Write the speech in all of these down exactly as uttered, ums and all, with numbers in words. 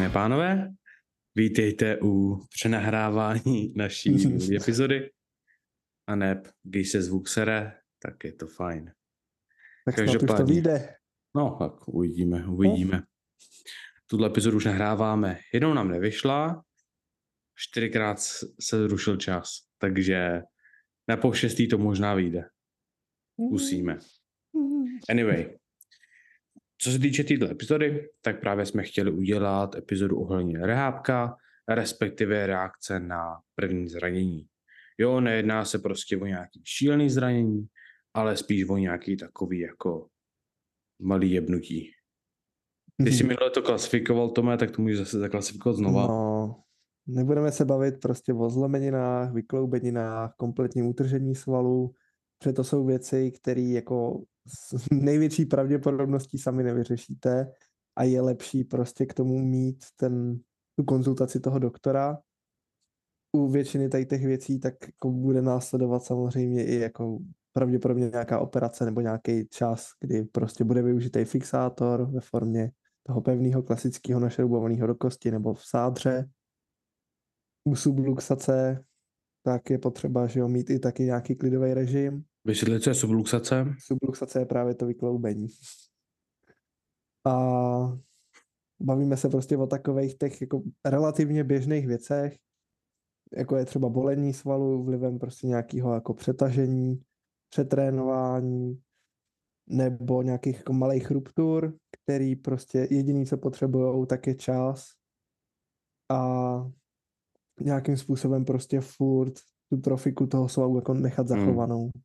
Dámy a pánové, vítejte u přenahrávání naší epizody. A ne, když se zvuk sere, tak je to fajn. Tak snad už to vyjde. No, tak uvidíme, uvidíme. Tuhle epizodu už nahráváme. Jednou nám nevyšla, čtyřikrát se zrušil čas, takže na po šestý to možná vyjde. Zkusíme. Anyway, co se týče této epizody, tak právě jsme chtěli udělat epizodu ohledně rehábka, respektive reakce na první zranění. Jo, nejedná se prostě o nějaký šílený zranění, ale spíš o nějaký takový jako malý jebnutí. Ty jsi minule to klasifikoval, Tome, tak to můžeš zase zaklasifikovat znova. No, nebudeme se bavit prostě o zlomeninách, vykloubeninách, kompletním utržení svalů, protože to jsou věci, které jako s největší pravděpodobností sami nevyřešíte a je lepší prostě k tomu mít ten, tu konzultaci toho doktora. U většiny tady těch věcí tak jako bude následovat samozřejmě i jako pravděpodobně nějaká operace nebo nějaký čas, kdy prostě bude využitý fixátor ve formě toho pevného klasického našroubovaného do kosti nebo v sádře. U subluxace tak je potřeba, že jo, mít i taky nějaký klidový režim. Vysvětli, co je subluxace? Subluxace je právě to vykloubení. A bavíme se prostě o takových těch jako relativně běžných věcech, jako je třeba bolení svalů vlivem prostě nějakého jako přetažení, přetrénování nebo nějakých jako malých ruptur, který prostě jediný, co potřebujou, tak je čas a nějakým způsobem prostě furt tu trofiku toho svalu jako nechat zachovanou. Hmm.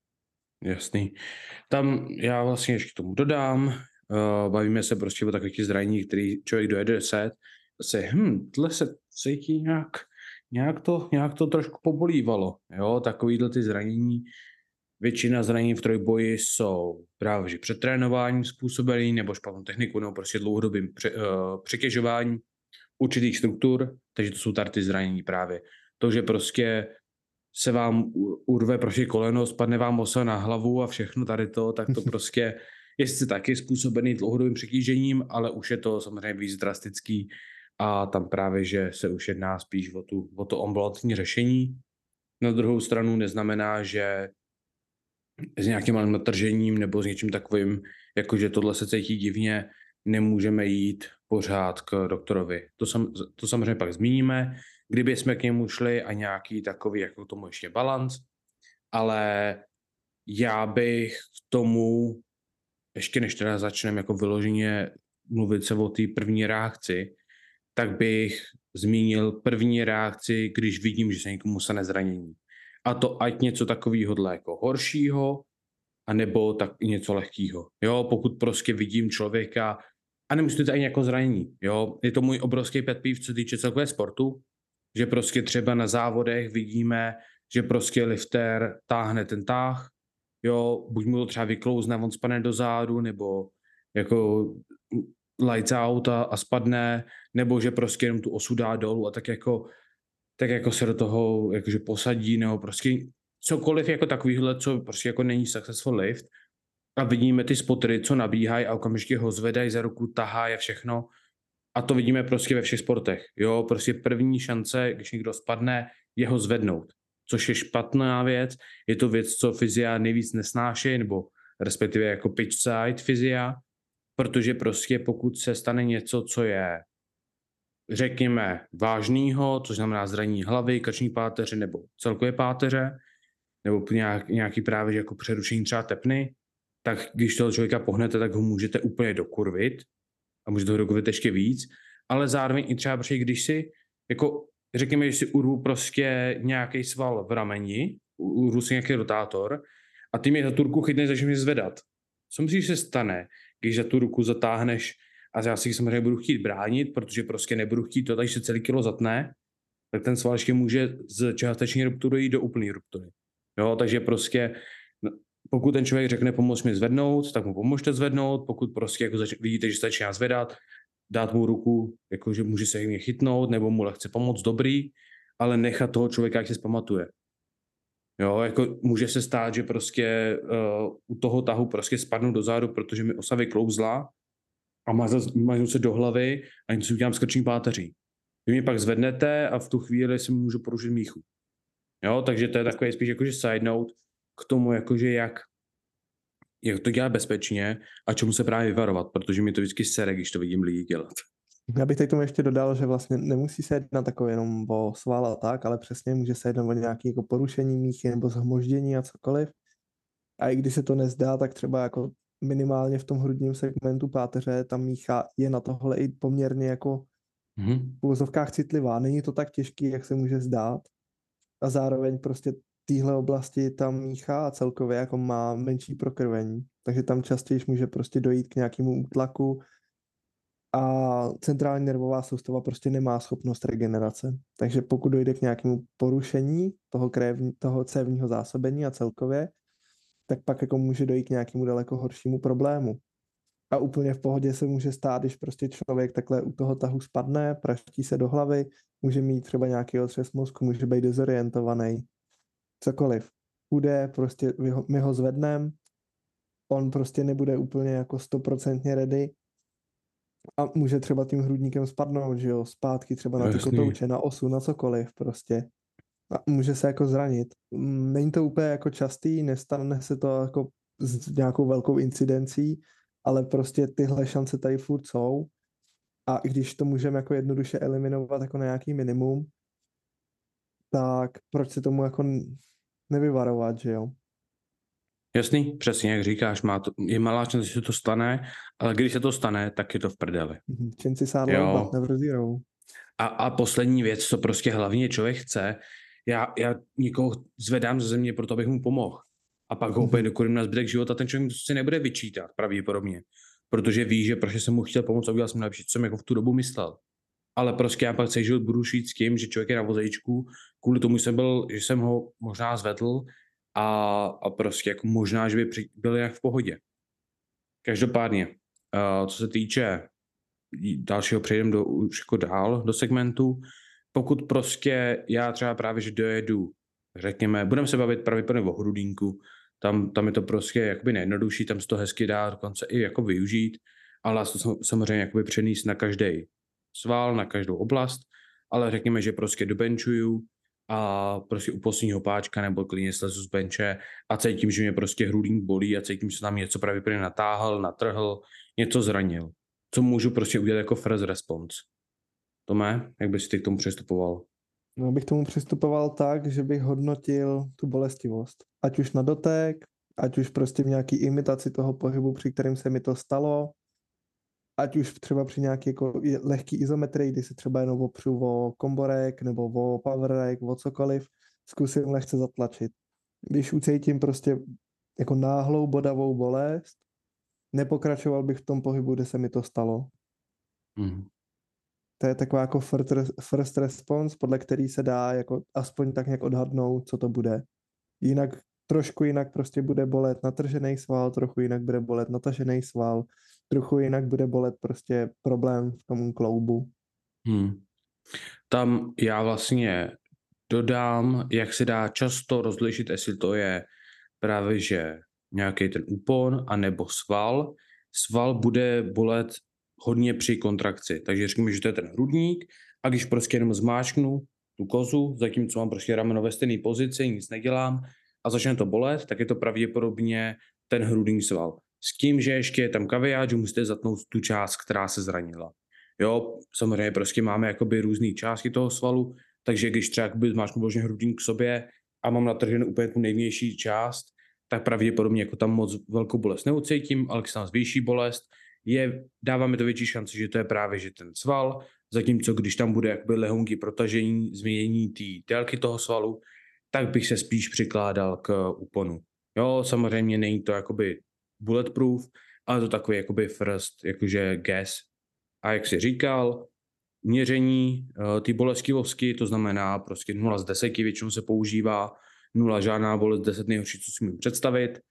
Jasný. Tam já vlastně ještě k tomu dodám, uh, bavíme se prostě o takových zraněních, který člověk dojede set, se hm, tohle se cítí nějak, nějak, to, nějak to trošku pobolívalo, jo, takovýhle ty zranění. Většina zranění v trojboji jsou právě že přetrénováním způsobený, nebo špatnou techniku, nebo prostě dlouhodobým pře, uh, přetěžováním určitých struktur, takže to jsou tady ty zranění právě. To, že prostě se vám urve prostě koleno, spadne vám osa na hlavu a všechno tady to, tak to prostě je sice taky způsobený dlouhodobým přetížením, ale už je to samozřejmě víc drastický a tam právě, že se už jedná spíš o, tu, o to ambulantní řešení. Na druhou stranu neznamená, že s nějakým malým natržením nebo s něčím takovým, jakože tohle se cítí divně, nemůžeme jít pořád k doktorovi. To, sam, to samozřejmě pak zmíníme, kdyby jsme k němu šli a nějaký takový, jako tomu ještě balans, ale já bych k tomu, ještě než teda začneme jako vyloženě mluvit se o té první reakci, tak bych zmínil první reakci, když vidím, že se někomu stane zranění. A to ať něco takového jako horšího, anebo tak něco lehkýho. Jo, pokud prostě vidím člověka, a nemusí to ani jako zranění, jo, je to můj obrovský pet peeve, co týče celkové sportu, že prostě třeba na závodech vidíme, že prostě lifter táhne ten táh, jo, buď mu to třeba vyklouzne, on spadne do zádu, nebo jako lights out a, a spadne, nebo že prostě jenom tu osu dá dolů a tak jako, tak jako se do toho jakože posadí, nebo prostě cokoliv jako takovýhle, co prostě jako není successful lift a vidíme ty spotry, co nabíhají a okamžitě ho zvedají za ruku, tahají a všechno. A to vidíme prostě ve všech sportech. Jo, prostě první šance, když někdo spadne, je ho zvednout. Což je špatná věc. Je to věc, co fyzia nejvíc nesnáší, nebo respektive jako pitch side fyzia, protože prostě pokud se stane něco, co je, řekněme, vážnýho, což znamená zranění hlavy, krční páteře nebo celkové páteře, nebo nějak, nějaký právě jako přerušení třeba tepny, tak když toho člověka pohnete, tak ho můžete úplně dokurvit a můžete ho dokurvit ještě víc, ale zároveň i třeba, protože když si, jako řekněme, že si urvu prostě nějaký sval v rameni, urvu si nějaký rotátor a ty mě za tu ruku chytneš, začneš mě zvedat. Co myslíš, že se stane, když za tu ruku zatáhneš a já si samozřejmě budu chtít bránit, protože prostě nebudu chtít to, takže se celý kilo zatne, tak ten sval ještě může z částečné ruptury jít do úplné ruptury. Jo, takže prostě pokud ten člověk řekne pomoct mi zvednout, tak mu pomožte zvednout, pokud prostě jako zač- vidíte, že se začíná zvedat, dát mu ruku, jakože může se jim chytnout, nebo mu lehce pomoct, dobrý, ale nechat toho člověka, jak se zpamatuje. Jo, jako může se stát, že prostě uh, u toho tahu prostě spadnu do zádu, protože mi osa vyklouzla a maznu se do hlavy a něco udělám s krční páteří. Vy mě pak zvednete a v tu chvíli si můžu porušit míchu. Jo, takže to je takový spíš jakože side note k tomu, jakože jak, jak to dělat bezpečně a čemu se právě vyvarovat, protože mi to vždycky sere, když to vidím lidi dělat. Já bych tady tomu ještě dodal, že vlastně nemusí se jednat takové jenom o sval a tak, ale přesně může se jednat o nějaké jako porušení míchy nebo zhmoždění a cokoliv. A i když se to nezdá, tak třeba jako minimálně v tom hrudním segmentu páteře ta mícha je na tohle i poměrně jako Mhm. v uvozovkách citlivá. Není to tak těžký, jak se může zdát. A zároveň prostě téhle oblasti ta mícha a celkově jako má menší prokrvení. Takže tam častěji může prostě dojít k nějakému útlaku a centrální nervová soustava prostě nemá schopnost regenerace. Takže pokud dojde k nějakému porušení toho, krévní, toho cévního zásobení a celkově, tak pak jako může dojít k nějakému daleko horšímu problému. A úplně v pohodě se může stát, když prostě člověk takhle u toho tahu spadne, praští se do hlavy, může mít třeba nějaký otřes mozku, může být dezorientovaný, cokoliv. Půjde, prostě my ho zvedneme, on prostě nebude úplně jako stoprocentně ready a může třeba tím hrudníkem spadnout, že jo, zpátky třeba na ty Jasný. kotouče, na osu, na cokoliv prostě. A může se jako zranit. Není to úplně jako častý, nestane se to jako s nějakou velkou incidencí, ale prostě tyhle šance tady furt jsou a i když to můžeme jako jednoduše eliminovat jako na nějaký minimum, tak proč se tomu jako nevyvarovat, že jo? Jasný, přesně jak říkáš, má to, je malá šance, že se to stane, ale když se to stane, tak je to v prdeli. Chances are low, but never zero. A, a poslední věc, co prostě hlavně člověk chce, já, já někoho zvedám ze země proto, abych mu pomohl. A pak ho úplně dokurím na zbytek života, ten člověk si nebude vyčítat pravděpodobně, protože ví, že protože jsem mu chtěl pomoct a udělal jsem nejlepší, co jsem jako v tu dobu myslel. Ale prostě já pak celý život budu šít s tím, že člověk je na vozejčku, kvůli tomu jsem byl, že jsem ho možná zvedl a, a prostě jako možná, že by při, byl jak v pohodě. Každopádně, uh, co se týče dalšího, přejdeme do, už jako dál do segmentu. Pokud prostě já třeba právě, že dojedu, řekněme, budeme se bavit pravděpodobně o hrudínku, tam, tam je to prostě jakoby nejjednodušší, tam se to hezky dá dokonce i jako využít, ale to samozřejmě jakoby přenést na každý sval, na každou oblast, ale řekněme, že prostě dobenčuju a prostě u posledního páčka nebo klidně slezu z benče a cítím, že mě prostě hrudník bolí a cítím, že tam něco pravděpodobně natáhl, natrhl, něco zranil. Co můžu prostě udělat jako first response? Tome, jak bys ty k tomu přistupoval? No, bych k tomu přistupoval tak, že bych hodnotil tu bolestivost. Ať už na dotek, ať už prostě v nějaký imitaci toho pohybu, při kterým se mi to stalo, ať už třeba při nějaký jako lehký izometrii, kdy se třeba jenom opřu o komborek nebo o powerrack, o cokoliv, zkusím lehce zatlačit. Když ucítím prostě jako náhlou bodavou bolest, nepokračoval bych v tom pohybu, kde se mi to stalo. Mm. To je taková jako first response, podle který se dá jako aspoň tak nějak odhadnout, co to bude. Jinak, trošku jinak prostě bude bolet natržený sval, trochu jinak bude bolet natažený sval, trochu jinak bude bolet prostě problém v tom kloubu. Hmm. Tam já vlastně dodám, jak se dá často rozlišit, jestli to je právě, že nějaký ten úpon anebo sval. Sval bude bolet hodně při kontrakci, takže řekněme, že to je ten hrudník a když prostě jenom zmáčknu tu kozu, zatímco mám prostě rameno ve stejné pozici, nic nedělám a začne to bolet, tak je to pravděpodobně ten hrudní sval. S tím, že ještě je tam kaviáč, že musíte zatnout tu část, která se zranila. Jo, samozřejmě prostě máme jakoby různé části toho svalu, takže když třeba zmáčknu vložně hrudník k sobě a mám natrženou úplně tu nejvnější část, tak pravděpodobně jako tam moc velkou bolest neucítím, ale když tam zvýší bolest, je, dáváme to větší šanci, že to je právě že ten sval, zatímco když tam bude jakoby lehonký protažení, změnění té délky toho svalu, tak bych se spíš přikládal k úponu. Jo, samozřejmě není to jakoby bulletproof, ale to takový jakoby first, jakože guess. A jak jsi říkal, měření uh, ty bolestivostky, to znamená prostě nula z deseti většinou se používá, nula žádná bolest, deset nejhorší, co si můžu představit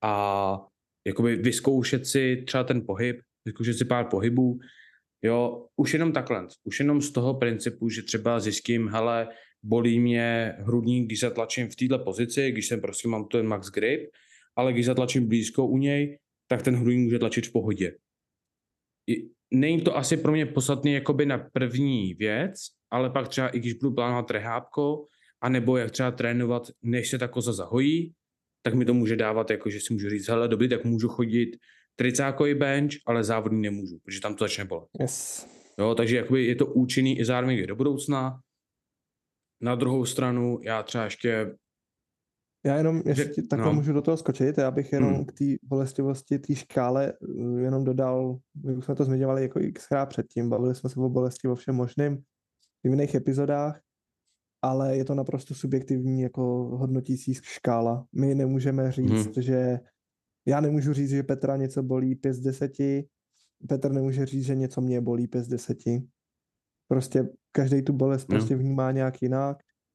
a jakoby vyzkoušet si třeba ten pohyb, vyzkoušet si pár pohybů, jo, už jenom takhle, už jenom z toho principu, že třeba zjistím, hele, bolí mě hrudník, když zatlačím v této pozici, když jsem prostě mám ten max grip, ale když zatlačím blízko u něj, tak ten hrudník může tlačit v pohodě. i není to asi pro mě podstatný jakoby na první věc, ale pak třeba i když budu plánovat rehábko, anebo jak třeba trénovat, než se ta koza zahojí, tak mi to může dávat jako, že si můžu říct: "Hele, dobrý, tak můžu chodit tricákový bench, ale závodní nemůžu, protože tam to začne bolet." Yes. Jo, takže jakoby je to účinný i zároveň i do budoucna. Na druhou stranu já třeba ještě Já jenom, že ještě takhle no, můžu do toho skočit, já bych jenom hm, k té bolestivosti, té škále eh, jenom dodal, my už jsme to zmiňovali jako xkrát předtím, bavili jsme se o bolesti o všem možným v jiných epizodách, ale je to naprosto subjektivní jako hodnotící škála. My nemůžeme říct, mhm, že já nemůžu říct, že Petra něco bolí pět z deseti, Petr nemůže říct, že něco mě bolí pět z deseti. Prostě každý tu bolest no. prostě vnímá nějak jinak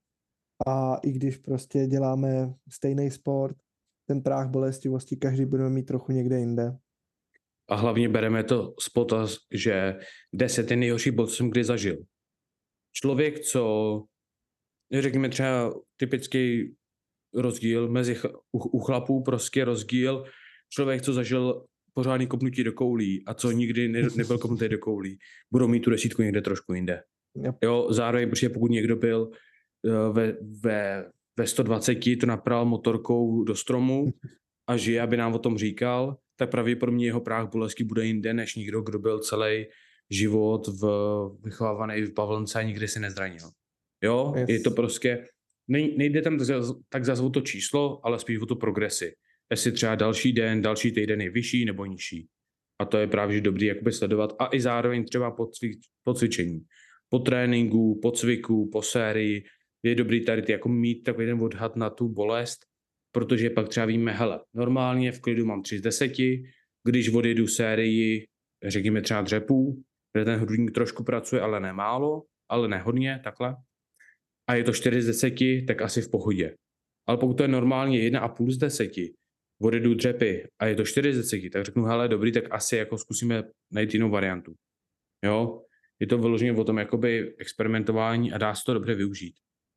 a i když prostě děláme stejný sport, ten práh bolestivosti každý budeme mít trochu někde jinde. A hlavně bereme to z potaz, že deset je nejhorší bod, co jsem kdy zažil. Člověk, co řekněme třeba typický rozdíl mezi ch u u chlapů prostě rozdíl, člověk, co zažil pořádný kopnutí do koulí a co nikdy ne nebyl kopnutý do koulí, budou mít tu desítku někde trošku jinde. Yep. Jo, zároveň, protože pokud někdo byl, eh, ve ve ve sto dvaceti to napral motorkou do stromu a žije, aby nám o tom říkal, tak pravděpodobně jeho práh bolesti bude jinde než někdo, kdo byl celý život v vychovávaný v bavlnce a nikdy se nezranil. Jo, Yes. je to prostě nej nejde tam zas tak zas o to číslo, ale spíš o tu progresi. Jestli třeba další den, další týden je vyšší nebo nižší. A to je právě že dobrý jakoby sledovat a i zároveň třeba po cvi po cvičení. Po tréninku, po cviku, po sérii je dobrý tady ty jako mít takový ten odhad na tu bolest, protože pak třeba víme, hele, normálně v klidu mám tři z deseti, když odjedu sérii, řekněme třeba dřepů, kde ten hrudník trošku pracuje, ale ne málo, ale ne hodně, takhle, a je to čtyři z deseti, tak asi v pohodě. Ale pokud to je normálně jedna a půl z deseti, odjedu dřepy a je to čtyři z deseti, tak řeknu, hele, dobrý, tak asi jako zkusíme najít jinou variantu. Jo? Je to vyloženě o tom jakoby experimentování a dá se to dobře využít.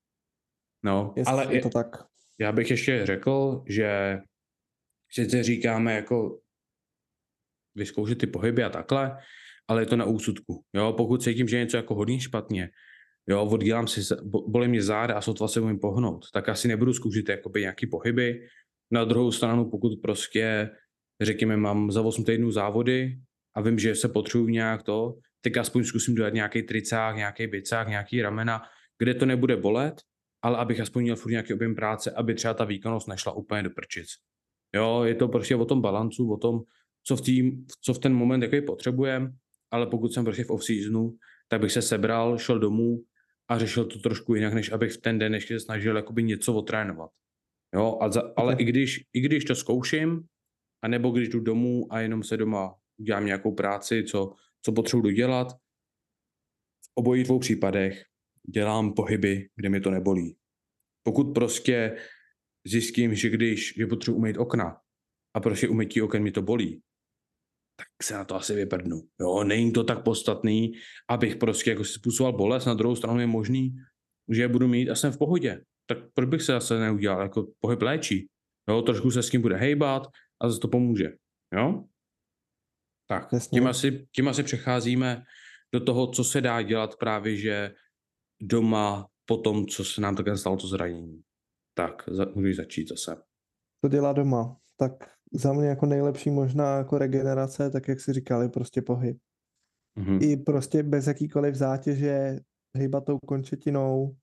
No, Yes, ale je je, to tak. já bych ještě řekl, že sice říkáme jako vyzkoušet ty pohyby a takhle, ale je to na úsudku. Jo? Pokud cítím, že je něco jako hodně špatně, jo, oddělám si, bolí mě záda a sotva se umím pohnout, tak asi nebudu zkoušet jakoby nějaký pohyby. Na druhou stranu, pokud prostě, řekněme, mám za osm týdnů závody a vím, že se potřebuji nějak to, tak aspoň zkusím dodat nějaký tricák, nějaký bicák, nějaký ramena, kde to nebude bolet, ale abych aspoň měl furt nějaký objem práce, aby třeba ta výkonnost nešla úplně do prčic. Jo, je to prostě o tom balancu, o tom, co v, tým, co v ten moment jaký potřebujeme, ale pokud jsem prostě v off-seasonu, tak bych se sebral, šel domů a řešil to trošku jinak, než abych v ten den ještě snažil jakoby něco otrénovat. Jo, a za, ale Okay. i když, i když to zkouším, anebo když jdu domů a jenom se doma udělám nějakou práci, co, co potřebuji dodělat, v obojí dvou případech dělám pohyby, kde mi to nebolí. Pokud prostě zjistím, že když že potřebuji umýt okna a prostě umytí oken mi to bolí, tak se na to asi vyprdnu. Jo, není to tak podstatný, abych prostě jako si způsoboval bolest, na druhou stranu je možný, že je budu mít a jsem v pohodě. Tak proč bych se zase neudělal, jako pohyb léčí. Jo, trošku se s tím bude hejbat a zase to pomůže. Jo? Tak, Jasně. tím asi, tím asi přecházíme do toho, co se dá dělat právě, že doma po tom, co se nám takhle stalo to zranění. Tak, za, můžeš začít zase. To dělá doma. Tak za mě jako nejlepší možná jako regenerace, tak jak si říkali, prostě pohyb. Mhm. I prostě bez jakýkoliv zátěže, hejbat tou končetinou,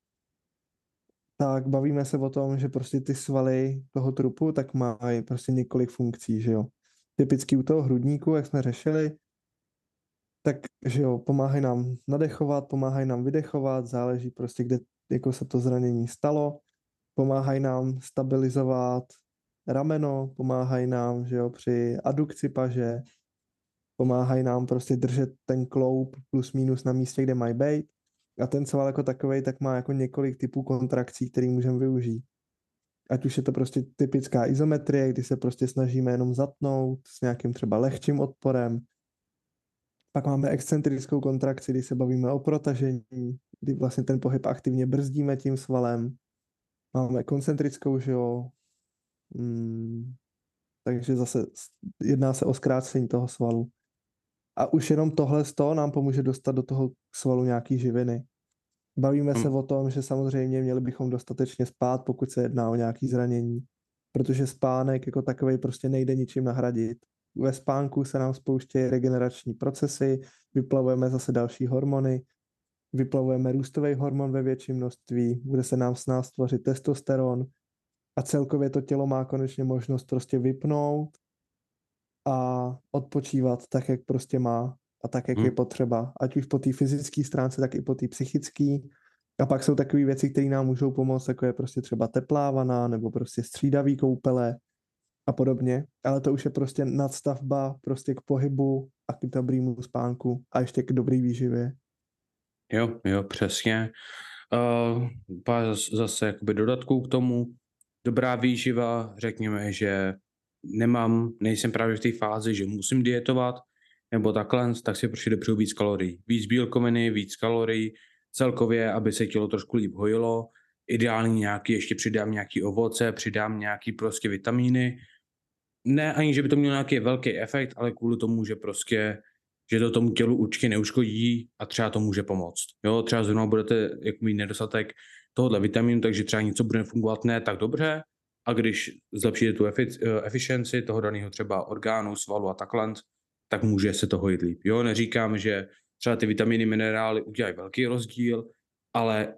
tak bavíme se o tom, že prostě ty svaly toho trupu tak mají prostě několik funkcí, že jo. Typicky u toho hrudníku, jak jsme řešili, tak, že jo, pomáhají nám nadechovat, pomáhají nám vydechovat, záleží prostě, kde jako se to zranění stalo, pomáhají nám stabilizovat rameno, pomáhají nám, že jo, při adukci paže, pomáhají nám prostě držet ten kloup plus minus na místě, kde mají být. A ten sval jako takovej, tak má jako několik typů kontrakcí, který můžeme využít. Ať už je to prostě typická izometrie, kdy se prostě snažíme jenom zatnout s nějakým třeba lehčím odporem. Pak máme excentrickou kontrakci, kdy se bavíme o protažení, kdy vlastně ten pohyb aktivně brzdíme tím svalem. Máme koncentrickou, že jo. Hmm, takže zase jedná se o zkrácení toho svalu. A už jenom tohle z toho nám pomůže dostat do toho svalu nějaký živiny. Bavíme se Hm, o tom, že samozřejmě měli bychom dostatečně spát, pokud se jedná o nějaké zranění, protože spánek jako takový prostě nejde ničím nahradit. Ve spánku se nám spouštějí regenerační procesy, vyplavujeme zase další hormony, vyplavujeme růstový hormon ve větším množství, bude se nám s nás tvořit testosteron a celkově to tělo má konečně možnost prostě vypnout a odpočívat tak, jak prostě má a tak, jak je hm. potřeba. Ať už po té fyzické stránce, tak i po té psychické. A pak jsou takové věci, které nám můžou pomoct, jako je prostě třeba teplá vana nebo prostě střídavý koupele a podobně. Ale to už je prostě nadstavba prostě k pohybu a k dobrému spánku a ještě k dobrý výživě. Jo, jo, přesně. Uh, pár zase jakoby dodatků k tomu. Dobrá výživa, řekněme, že nemám, nejsem právě v té fázi, že musím dietovat, nebo takhle, tak si prostě dopřeju víc kalorií. Víc bílkoviny, víc kalorií, celkově, aby se tělo trošku líp hojilo. Ideálně nějaký, ještě přidám nějaký ovoce, přidám nějaký prostě vitamíny. Ne ani, že by to mělo nějaký velký efekt, ale kvůli tomu, že prostě že to tomu tělu určitě neuškodí a třeba to může pomoct. Jo, třeba zrovna budete jako mít nedostatek tohohle vitamínu, takže třeba něco bude fungovat ne tak dobře a když zlepšíte tu efficiency toho daného třeba orgánu, svalu a takhle, tak může se to hojit líp. Jo, neříkám, že třeba ty vitamíny, minerály udělají velký rozdíl, ale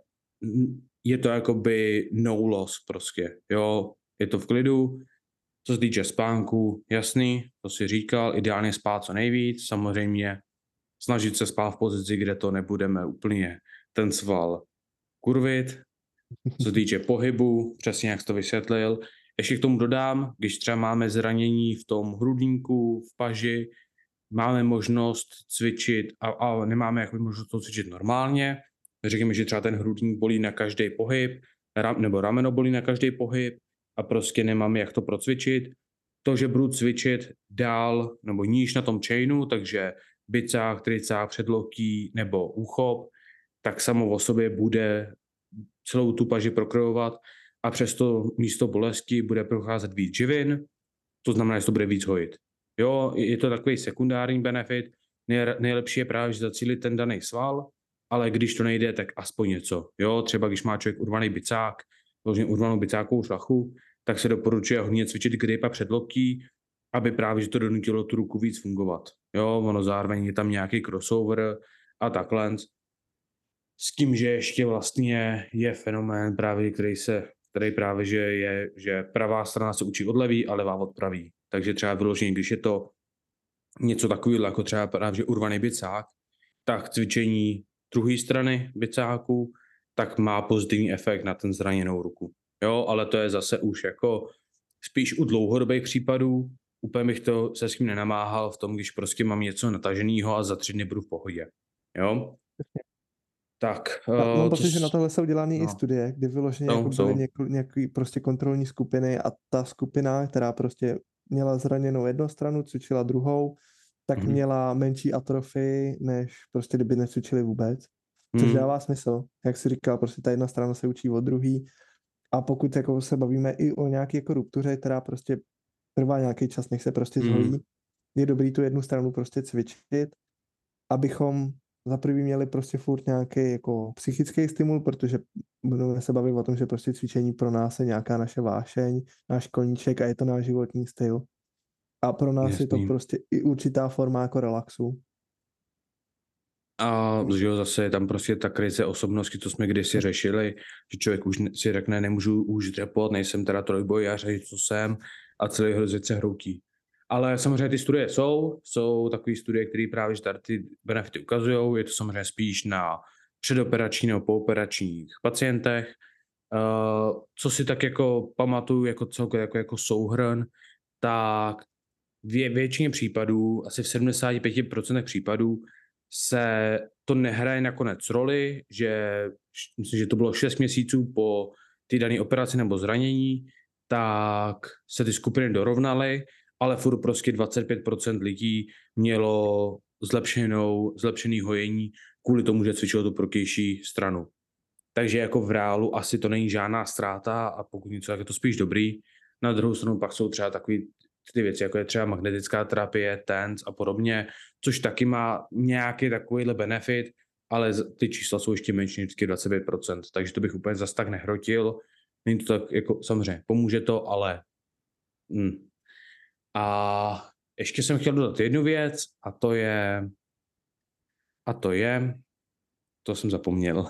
je to jakoby no loss prostě. Jo, je to v klidu. Co se týče spánku, jasný, to si říkal, ideálně spát co nejvíc, samozřejmě snažit se spát v pozici, kde to nebudeme úplně ten sval kurvit. Co se týče pohybu, přesně jak jsi to vysvětlil. Ještě k tomu dodám, když třeba máme zranění v tom hrudníku, v paži, máme možnost cvičit a, a nemáme jako možnost to cvičit normálně. Řekněme, že třeba ten hrudník bolí na každý pohyb, ram, nebo rameno bolí na každý pohyb a prostě nemáme jak to procvičit. To, že budu cvičit dál nebo níž na tom chainu, takže bicák, tricák, předloktí nebo úchop, tak samo o sobě bude celou tu paži prokrojovat a přesto místo bolesti bude procházet víc živin, to znamená, že to bude víc hojit. Jo, je to takový sekundární benefit, nejlepší je právě zacílit ten daný sval, ale když to nejde, tak aspoň něco. Jo, třeba když má člověk urvaný bicák, vlastně urvanou bicákovou šlachu, tak se doporučuje hodně cvičit grip a předloktí, aby právě že to donutilo tu ruku víc fungovat. Jo, ono zároveň je tam nějaký crossover a takhle. S tím, že ještě vlastně je fenomén právě, který se, který právě, že je, že pravá strana se učí od levý a levá od pravý. Takže třeba vyloženě, když je to něco takového, jako třeba právě, že urvaný bicák, tak cvičení druhé strany bicáku, tak má pozitivní efekt na ten zraněnou ruku. Jo, ale to je zase už jako spíš u dlouhodobých případů, úplně bych to se s tím nenamáhal v tom, když prostě mám něco nataženého a za tři dny budu v pohodě. Jo? Tak, A mám uh, co pocit, že na s... tohle jsou dělané i No, studie, kdy vyloženě jsou, jako byly jsou. něko, nějaký prostě kontrolní skupiny a ta skupina, která prostě měla zraněnou jednu stranu, cvičila druhou, tak Mhm. měla menší atrofii, než prostě kdyby necvičili vůbec. Což Mhm. dává smysl. Jak jsi říkal, prostě ta jedna strana se učí od druhý a pokud jako se bavíme i o nějaké jako ruptuře, která prostě trvá nějaký čas, než se prostě zhojí, Mhm. je dobrý tu jednu stranu prostě cvičit, abychom za prvý měli prostě furt nějaký jako psychický stimul, protože budeme se bavit o tom, že prostě cvičení pro nás je nějaká naše vášeň, náš koníček a je to náš životní styl. A pro nás je to Jasný. prostě i určitá forma jako relaxu. A že jo, zase je tam prostě ta krize osobnosti, co jsme kdysi řešili, že člověk už si řekne, nemůžu už dřepot, nejsem teda trojbojař, co jsem a celý hrozit se hroutí. Ale samozřejmě ty studie jsou, jsou takové studie, které právě tady ty benefity ukazují, je to samozřejmě spíš na předoperační nebo pooperačních pacientech. Uh, co si tak jako pamatuju jako celkově jako, jako souhrn, tak v většině případů, asi v sedmdesát pět procent případů, se to nehraje nakonec roli, že myslím, že to bylo šest měsíců po té dané operaci nebo zranění, tak se ty skupiny dorovnaly, ale furt prostě dvacet pět procent lidí mělo zlepšenou, zlepšený hojení kvůli tomu, že cvičilo tu protější stranu. Takže jako v reálu asi to není žádná ztráta a pokud něco, tak je to spíš dobrý. Na druhou stranu pak jsou třeba takový ty věci, jako je třeba magnetická terapie, TENS a podobně, což taky má nějaký takovýhle benefit, ale ty čísla jsou ještě menší než dvacet pět procent, takže to bych úplně zas tak nehrotil. Není to tak, jako samozřejmě pomůže to, ale hm. A ještě jsem chtěl dodat jednu věc a to je a to je, to jsem zapomněl.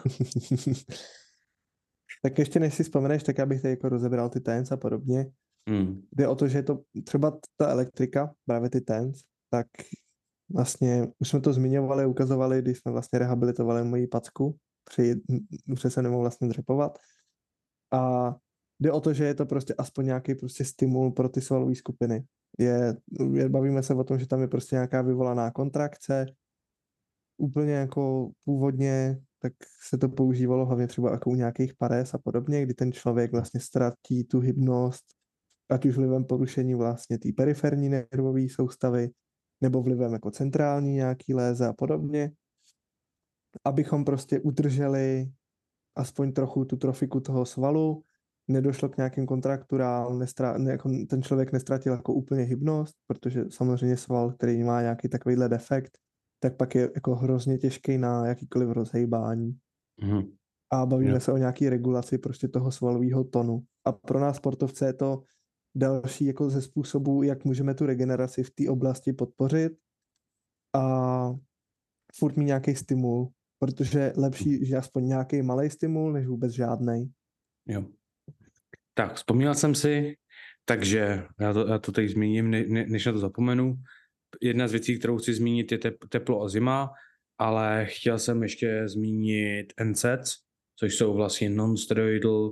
Tak ještě než si vzpomeneš, tak já bych tady jako rozebral ty TENS a podobně. Hmm. Jde o to, že je to třeba ta elektrika, právě ty TENS, tak vlastně už jsme to zmiňovali, ukazovali, když jsme vlastně rehabilitovali moji packu, při, už se nemohl vlastně dřepovat. A jde o to, že je to prostě aspoň nějaký prostě stimul pro ty svalové skupiny. Je, je, bavíme se o tom, že tam je prostě nějaká vyvolaná kontrakce, úplně jako původně, tak se to používalo hlavně třeba jako u nějakých pares a podobně, kdy ten člověk vlastně ztratí tu hybnost, ať už vlivem porušení vlastně té periferní nervové soustavy, nebo vlivem jako centrální nějaký léze a podobně, abychom prostě udrželi aspoň trochu tu trofiku toho svalu, nedošlo k nějakým kontrakturám, nestra, ne, jako ten člověk nestratil jako úplně hybnost, protože samozřejmě sval, který má nějaký takovýhle defekt, tak pak je jako hrozně těžký na jakýkoliv rozhejbání. Mm. A bavíme Jo. se o nějaký regulaci prostě toho svalového tonu. A pro nás sportovce je to další jako ze způsobů, jak můžeme tu regeneraci v té oblasti podpořit a furt mít nějaký stimul, protože lepší, že aspoň nějaký malý stimul, než vůbec žádnej. Jo. Tak, vzpomněl jsem si, takže já to, já to teď zmíním, ne, ne, než na to zapomenu. Jedna z věcí, kterou chci zmínit, je tep, teplo a zima, ale chtěl jsem ještě zmínit N SAIDs, což jsou vlastně non-steroidal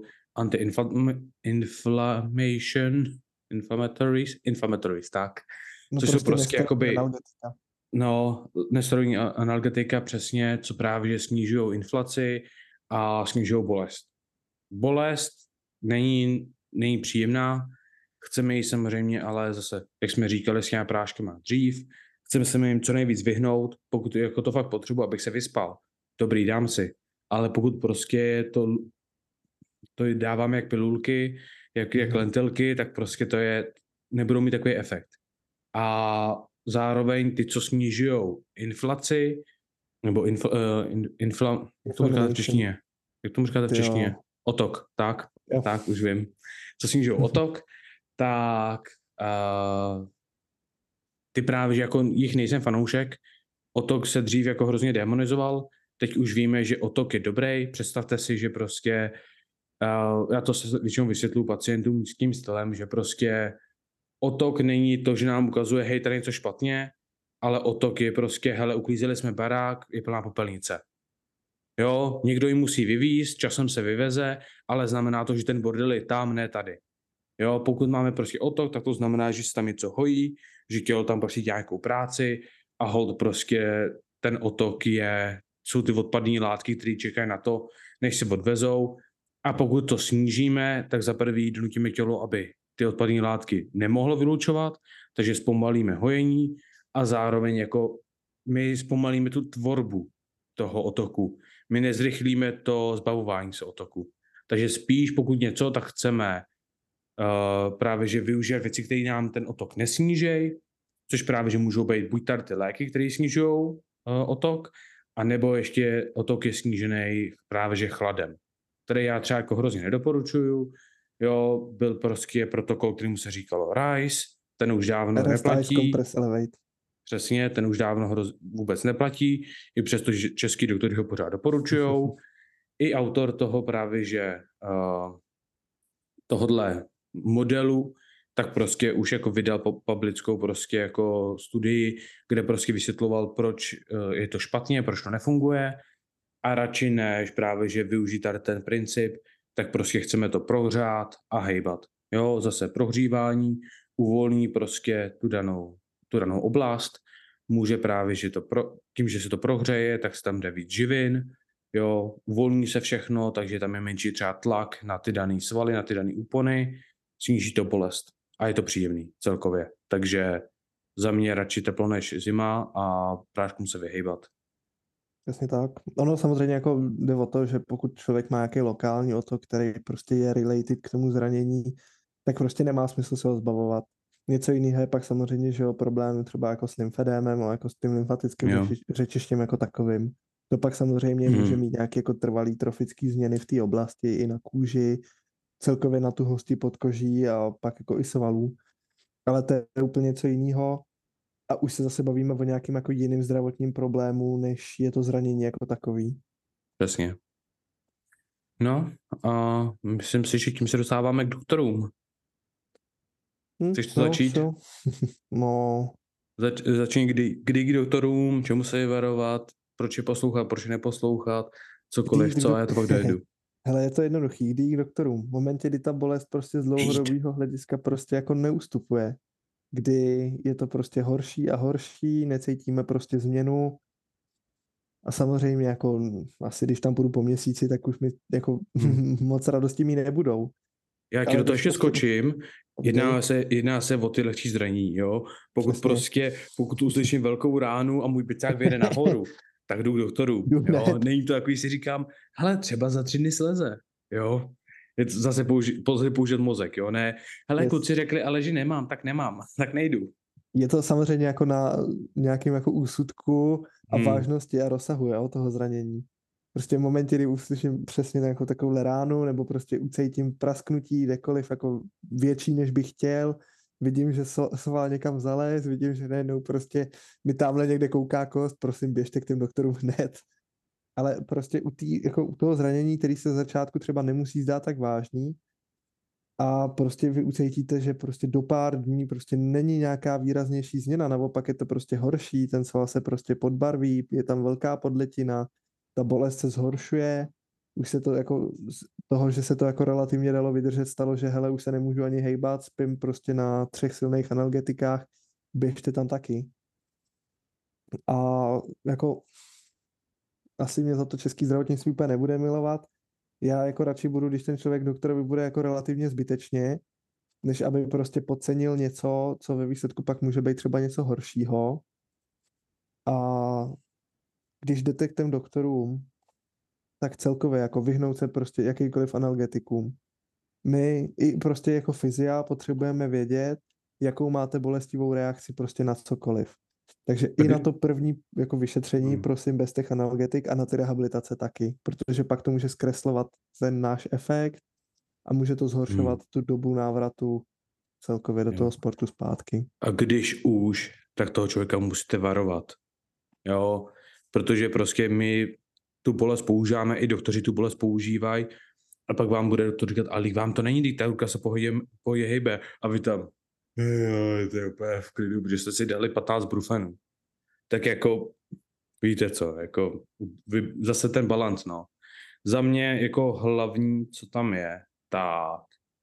anti-inflammation, inflammatories, inflammatories, tak. No Což prostě jsou prostě jakoby, analgetika. no, nesteroidní analgetika přesně, co právě snižují inflaci a snižují bolest. Bolest není, není příjemná, chceme ji samozřejmě, ale zase, jak jsme říkali s těmi práškama dřív, chceme se jim co nejvíc vyhnout, pokud jako to fakt potřebuji, abych se vyspal. Dobrý, dám si. Ale pokud prostě to, to dávám jak pilulky, jak, jak Mhm. lentilky, tak prostě to je, nebudou mít takový efekt. A zároveň ty, co snižují inflaci, nebo infl, uh, in, infla, jak tomu říkáte v češtině? Jak tomu říkáte v češtině? Otok, tak, Jo. tak, už vím. Co snižují otok, tak uh, ty právě, že jako jich nejsem fanoušek, otok se dřív jako hrozně demonizoval, teď už víme, že otok je dobrý, představte si, že prostě, uh, já to se většinou vysvětluji pacientům s tím stylem, že prostě otok není to, že nám ukazuje, hej, tady něco špatně, ale otok je prostě, hele, uklízeli jsme barák, je plná popelnice. Jo, někdo ji musí vyvízt, časem se vyveze, ale znamená to, že ten bordel je tam, ne tady. Jo, pokud máme prostě otok, tak to znamená, že se tam něco hojí, že tělo tam prostě dělá nějakou práci a hold prostě ten otok je, jsou ty odpadní látky, které čekají na to, než se odvezou. A pokud to snížíme, tak za prvý donutíme tělo, aby ty odpadní látky nemohlo vylučovat, takže zpomalíme hojení a zároveň jako my zpomalíme tu tvorbu toho otoku. My nezrychlíme to zbavování se otoku. Takže spíš, pokud něco, tak chceme uh, právě, že využívat věci, které nám ten otok nesnížej, což právě, že můžou být buď tady ty léky, které snižují uh, otok, anebo ještě otok je snížený právě, že chladem, který já třeba jako hrozně nedoporučuju. Jo, byl prostě protokol, kterému se říkalo RICE, ten už dávno Rest neplatí. Ice Compress Elevate. Přesně, ten už dávno hroz, vůbec neplatí, i přesto, že český doktory ho pořád doporučujou. I autor toho právě, že uh, tohodle modelu, tak prostě už jako vydal publickou prostě jako studii, kde prostě vysvětloval, proč uh, je to špatně, proč to nefunguje a radši než právě, že využít tady ten princip, tak prostě chceme to prohřát a hejbat. Jo, zase prohřívání uvolní prostě tu danou tu danou oblast, může právě, že to pro, tím, že se to prohřeje, tak se tam jde víc živin, jo, uvolní se všechno, takže tam je menší třeba tlak na ty dané svaly, na ty dané úpony, sníží to bolest a je to příjemný celkově. Takže za mě radši teplo než zima a práškům se vyhejbat. Přesně tak. Ono samozřejmě jako jde o to, že pokud člověk má nějaký lokální otok, který prostě je related k tomu zranění, tak prostě nemá smysl se ho zbavovat. Něco jiného je pak samozřejmě, že jo, problém třeba jako s lymfedémem, no, jako s tím lymfatickým Jo. řeči, řečištěm jako takovým. To pak samozřejmě Mm. může mít nějaké jako trvalý trofický změny v té oblasti i na kůži, celkově na tu hustí podkoží a pak jako i svalů. Ale to je úplně něco jiného. A už se zase bavíme o nějakým jako jiným zdravotním problému, než je to zranění jako takový. Přesně. No a myslím si, že tím se dostáváme k doktorům. Hm, Chceš to no, začít? so. No, Zač, začni kdy, kdy k doktorům, čemu se je varovat, proč je poslouchat, proč je neposlouchat, cokoliv, kdy co do... a já to pak dojedu. Hele, je to jednoduchý, kdy k doktorům. V momentě, kdy ta bolest prostě z dlouhodobého hlediska prostě jako neustupuje, kdy je to prostě horší a horší, necítíme prostě změnu a samozřejmě jako asi když tam půjdu po měsíci, tak už mi jako Hmm. moc radosti mi nebudou. Já ti Ale do toho když ještě prostě už- skočím. Povídej. Jedná se, jedná se o ty lehčí zranění, jo. Pokud Přesně. prostě, pokud uslyším velkou ránu a můj byťák vyjede nahoru, tak jdu k doktoru, Jdu jo. hned. Není to takový, si říkám, hele, třeba za tři dny sleze, jo. Je to zase použi- pouze použít mozek, jo, ne. Hele, Yes. kluci řekli, ale že nemám, tak nemám, tak nejdu. Je to samozřejmě jako na nějakém jako úsudku a Hmm. vážnosti a rozsahu, jo, toho zranění. Prostě v momentě, kdy uslyším přesně jako takovou ránu, nebo prostě ucítím prasknutí kdekoliv jako větší, než bych chtěl, vidím, že so- sval někam zalez, vidím, že najednou prostě mi tamhle někde kouká kost, prosím, běžte k těm doktorům hned. Ale prostě u, tý, jako u toho zranění, který se z začátku třeba nemusí zdát tak vážný, a prostě vy ucítíte, že prostě do pár dní prostě není nějaká výraznější změna, naopak je to prostě horší, ten sval se prostě podbarví, je tam velká podletina, ta bolest se zhoršuje, už se to jako z toho, že se to jako relativně dalo vydržet, stalo, že hele, už se nemůžu ani hejbat, spím prostě na třech silných analgetikách, běžte tam taky. A jako asi mě za to český zdravotnictví úplně nebude milovat. Já jako radši budu, když ten člověk doktorovi bude jako relativně zbytečně, než aby prostě podcenil něco, co ve výsledku pak může být třeba něco horšího. A když jdete k těm doktorům, tak celkově jako vyhnout se prostě jakýkoliv analgetikům. My i prostě jako fyzia potřebujeme vědět, jakou máte bolestivou reakci prostě na cokoliv. Takže i na to první jako vyšetření, Hmm. prosím, bez těch analgetik a na ty rehabilitace taky, protože pak to může zkreslovat ten náš efekt a může to zhoršovat Hmm. tu dobu návratu celkově do Jo. toho sportu zpátky. A když už, tak toho člověka musíte varovat. Jo, protože prostě my tu bolest používáme, i doktoři tu bolest používají a pak vám bude doktor říkat, ale vám to není, když ta ruka se pohybuje, pohybuje a vy tam, jo, to je úplně v klidu, protože jste si dali patnáct brufenů. Tak jako, víte co, jako vy, zase ten balanc, no. Za mě jako hlavní, co tam je, tak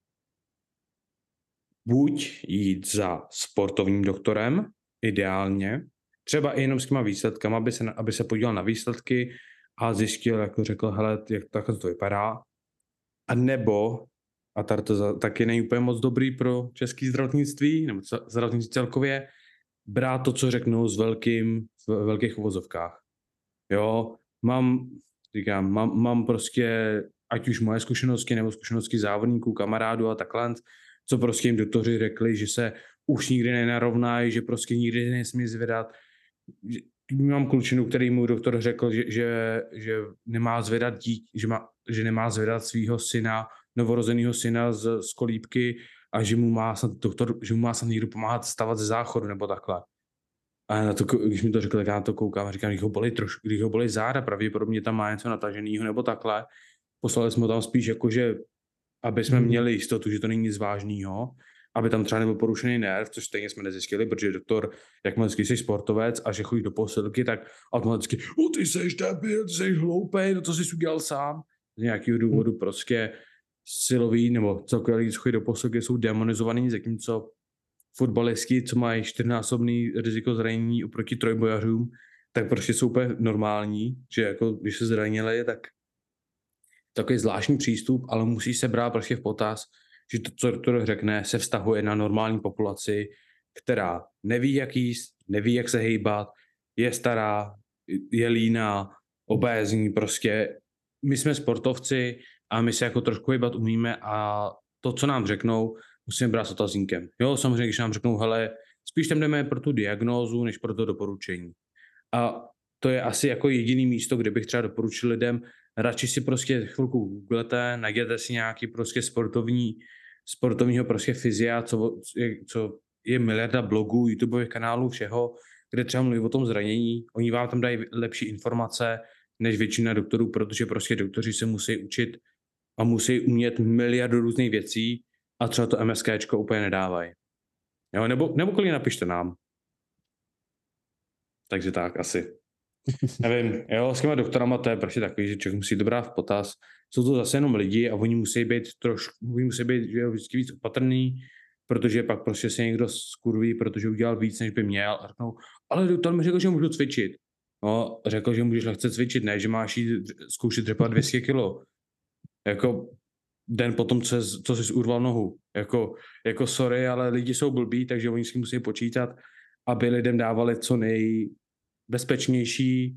buď jít za sportovním doktorem, ideálně, třeba i jenom s těma výsledkama, aby se, aby se podíval na výsledky a zjistil, jako řekl, hele, jak takhle to vypadá. A nebo, a tady to taky není úplně moc dobrý pro české zdravotnictví, nebo zdravotnictví celkově, brát to, co řeknu, s velkým, v velkých uvozovkách. Jo, mám, říkám, mám, mám prostě, ať už moje zkušenosti, nebo zkušenosti závodníků, kamarádů a takhle, co prostě jim doktoři řekli, že se už nikdy nenarovnají, že prostě nikdy nesmí zvedat. Mám klučinu, který mu doktor řekl, že, že, že nemá zvedat dítě, že, má, že nemá zvedat svého syna, novorozeného syna z, z kolíbky a že mu má snad doktor, že mu má snad někdo pomáhat stavat ze záchodu nebo takhle. A na to, když mi to řekl, tak já na to koukám a říkám, když ho bolí trošku, když ho bolí záda, pravděpodobně tam má něco nataženého nebo takhle. Poslali jsme ho tam spíš jako, že aby jsme Mhm. měli jistotu, že to není nic vážného, aby tam třeba nebyl porušený nerv, což stejně jsme nezjistili, protože doktor, jakmile jsi sportovec a že chodí do posilky, tak automaticky, o ty seš debil, ty seš hloupej, no to jsi udělal sám. Z nějakého důvodu prostě silový nebo celkově lidi, co chodí do posilky, jsou demonizovaný, zatímco fotbalisti, co mají čtyřnásobný riziko zranění oproti trojbojařům, tak prostě jsou úplně normální, že jako když se zranili, tak takový zvláštní přístup, ale musí se brát prostě v potaz, že to, co doktor řekne, se vztahuje na normální populaci, která neví, jak jíst, neví, jak se hejbat, je stará, je líná, obézní, prostě my jsme sportovci a my se jako trošku hejbat umíme a to, co nám řeknou, musíme brát s otazníkem. Jo, samozřejmě, když nám řeknou, hele, spíš tam jdeme pro tu diagnózu, než pro to doporučení. A to je asi jako jediný místo, kde bych třeba doporučil lidem, radši si prostě chvilku googlete, najděte si nějaký prostě sportovní, sportovního prostě fyzia, co, je- co je miliarda blogů, YouTubeových kanálů, všeho, kde třeba mluví o tom zranění. Oni vám tam dají lepší informace než většina doktorů, protože prostě doktoři se musí učit a musí umět miliardu různých věcí a třeba to MSKčko úplně nedávají. Jo, nebo, nebo klidně napište nám. Takže tak asi. Nevím, jo, s těma doktorama to je prostě takový, že člověk musí to brát v potaz. Jsou to zase jenom lidi a oni musí být trošku, oni musí být že jo, vždycky víc opatrný, protože pak prostě se někdo skurví, protože udělal víc, než by měl a řeknou, ale doktor mi řekl, že můžu cvičit. No, řekl, že můžeš lehce cvičit, ne, že máš jít zkoušet dřepat dvě stě kilo. Jako den potom, co, co jsi urval nohu. Jako, jako sorry, ale lidi jsou blbí, takže oni si musí počítat, aby lidem dávali co nejbezpečnější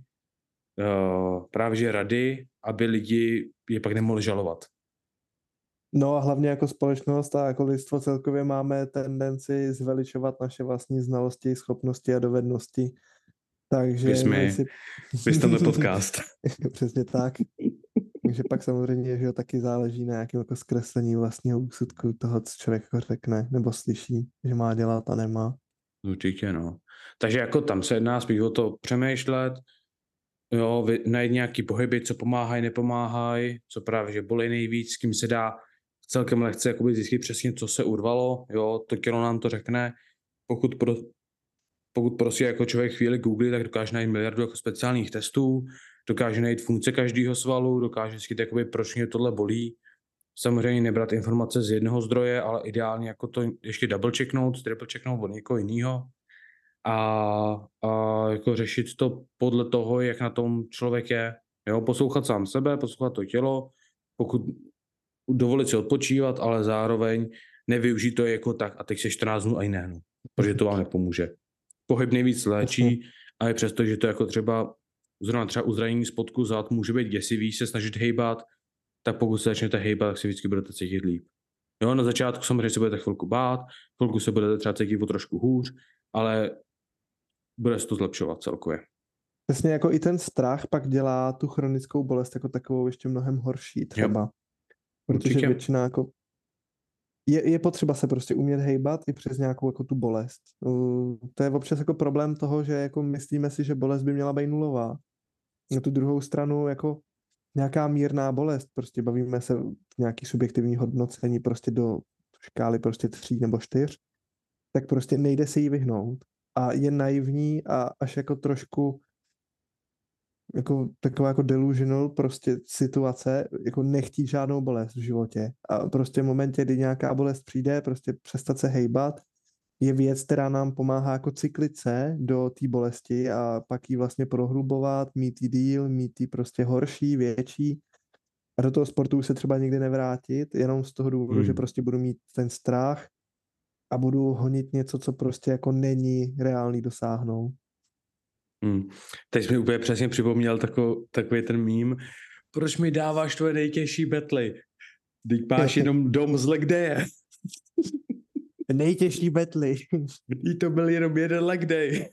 uh, právě že rady, aby lidi je pak nemohli žalovat. No a hlavně jako společnost a jako lidstvo celkově máme tendenci zveličovat naše vlastní znalosti, schopnosti a dovednosti. Takže Vy jsme, si... vy tenhle podcast. Přesně tak. Takže pak samozřejmě, že jo, taky záleží na nějakém jako zkreslení vlastního úsudku toho, co člověk jako řekne nebo slyší, že má dělat a nemá. Určitě, no. Takže jako tam se jedná spíš o to přemýšlet, jo, najít nějaký pohyby, co pomáhají, nepomáhají, co právě, že bolí nejvíc, s kým se dá celkem lehce jakoby zjistit přesně, co se urvalo, jo, to tělo nám to řekne, pokud, pro, pokud prostě jako člověk chvíli googlí, tak dokáže najít miliardu jako speciálních testů, dokáže najít funkce každého svalu, dokáže zjistit, jakoby, proč mě tohle bolí. Samozřejmě nebrat informace z jednoho zdroje, ale ideálně jako to ještě double checknout, triple checknout od někoho jiného a, a jako řešit to podle toho, jak na tom člověk je. Jo, poslouchat sám sebe, poslouchat to tělo, pokud dovolit si odpočívat, ale zároveň nevyužít to jako tak a teď se čtrnáct dnů a i nehnu, protože to vám nepomůže. Pohyb nejvíc léčí a je přesto, že to jako třeba zrovna třeba u zranění spodku zad může být děsivý se snažit hejbat, tak pokud se začnete hejbat, tak si vždycky budete cítit líp. Jo, na začátku samozřejmě se budete chvilku bát, chvilku se budete třeba cítit o trošku hůř, ale bude se to zlepšovat celkově. Přesně jako i ten strach pak dělá tu chronickou bolest jako takovou ještě mnohem horší třeba. Jo. Protože Určitě. většina jako je, je potřeba se prostě umět hejbat i přes nějakou jako tu bolest. Uh, to je občas jako problém toho, že jako myslíme si, že bolest by měla být nulová. Na tu druhou stranu jako nějaká mírná bolest, prostě bavíme se nějaký subjektivní hodnocení prostě do škály prostě tří nebo čtyř, tak prostě nejde se jí vyhnout. A je naivní a až jako trošku jako taková jako delusional prostě situace, jako nechtít žádnou bolest v životě. A prostě v momentě, kdy nějaká bolest přijde, prostě přestat se hejbat, je věc, která nám pomáhá jako cyklit se do té bolesti a pak ji vlastně prohlubovat, mít jí díl, mít jí prostě horší, větší. A do toho sportu se třeba nikdy nevrátit, jenom z toho důvodu, hmm. že prostě budu mít ten strach a budu honit něco, co prostě jako není reálný dosáhnout. Hmm. Teď jsi mi úplně přesně připomněl tako, takový ten mím. Proč mi dáváš tvoje nejtěžší betly? Teď máš jenom dom z leg day. Nejtěžší betly. Jí to byl jenom jeden leg day.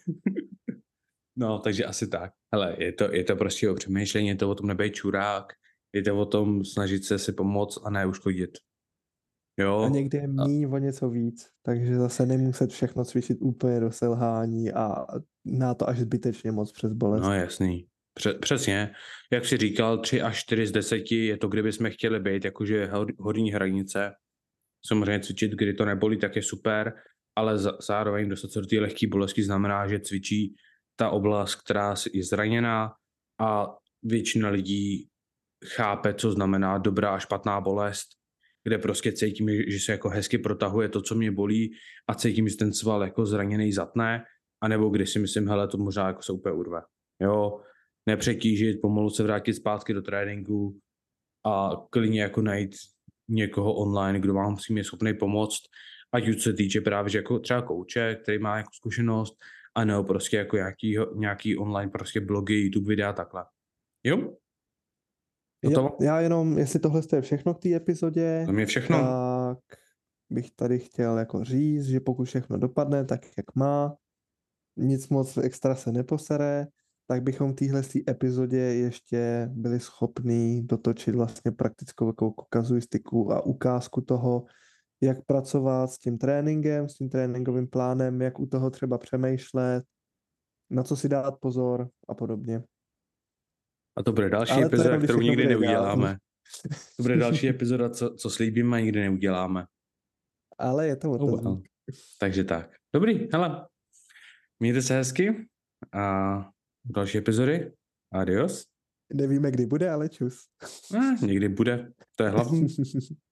No, takže asi tak. Hele, je to, je to prostě o přemýšlení, je to o tom nebejt čurák, je to o tom snažit se si pomoct a ne uškodit. Jo? A někdy je míň o něco víc, takže zase nemuset všechno cvičit úplně do selhání a na to až zbytečně moc přes bolest. No jasný. Přesně. Jak jsi říkal, tři až čtyři z deseti je to, kdyby jsme chtěli být, jakože horní hranice. Samozřejmě cvičit, kdy to nebolí, tak je super, ale zároveň dostat se do té lehké bolesti znamená, že cvičí ta oblast, která je zraněná a většina lidí chápe, co znamená dobrá a špatná bolest, kde prostě cítím, že se jako hezky protahuje to, co mě bolí a cítím, že ten sval jako zraněný zatne, anebo když si myslím, hele, to možná jako se úplně urve. Jo, nepřetížit, pomalu se vrátit zpátky do tréninku a klidně jako najít někoho online, kdo vám musí mě schopný pomoct, ať už se týče právě že jako třeba kouče, který má jako zkušenost, a nebo prostě jako nějaký, nějaký online prostě blogy, YouTube videa, takhle. Jo? Jo, já jenom, jestli tohle je všechno k té epizodě, to je všechno. tak bych tady chtěl jako říct, že pokud všechno dopadne tak, jak má, nic moc extra se neposere, tak bychom v téhle epizodě ještě byli schopní dotočit vlastně praktickou jako kazuistiku a ukázku toho, jak pracovat s tím tréninkem, s tím tréninkovým plánem, jak u toho třeba přemýšlet, na co si dát pozor a podobně. A to bude další Ale to epizoda, jenom, když kterou všechno nikdy bude neuděláme. ideální. To bude další epizoda, co, co slíbíme a nikdy neuděláme. Ale je to Oh, well. otazník. Takže tak. Dobrý, hele. Mějte se hezky a další epizody. Adios. Nevíme, kdy bude, ale čus. Eh, někdy bude. To je hlavní.